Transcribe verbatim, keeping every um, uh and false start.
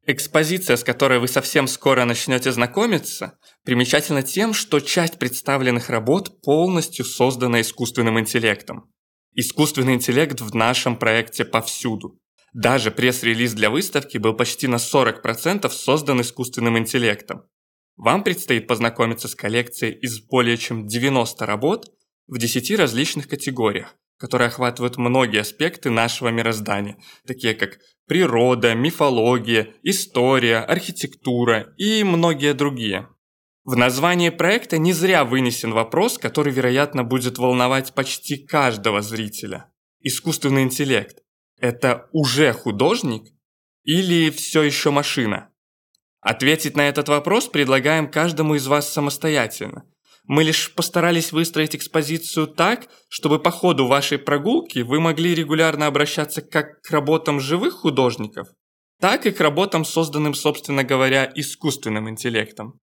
Экспозиция, с которой вы совсем скоро начнете знакомиться, примечательна тем, что часть представленных работ полностью создана искусственным интеллектом. Искусственный интеллект в нашем проекте повсюду. Даже пресс-релиз для выставки был почти на сорок процентов создан искусственным интеллектом. Вам предстоит познакомиться с коллекцией из более чем девяноста работ в десяти различных категориях, которые охватывают многие аспекты нашего мироздания, такие как природа, мифология, история, архитектура и многие другие. В названии проекта не зря вынесен вопрос, который, вероятно, будет волновать почти каждого зрителя. Искусственный интеллект – это уже художник или все еще машина? Ответить на этот вопрос предлагаем каждому из вас самостоятельно. Мы лишь постарались выстроить экспозицию так, чтобы по ходу вашей прогулки вы могли регулярно обращаться как к работам живых художников, так и к работам, созданным, собственно говоря, искусственным интеллектом.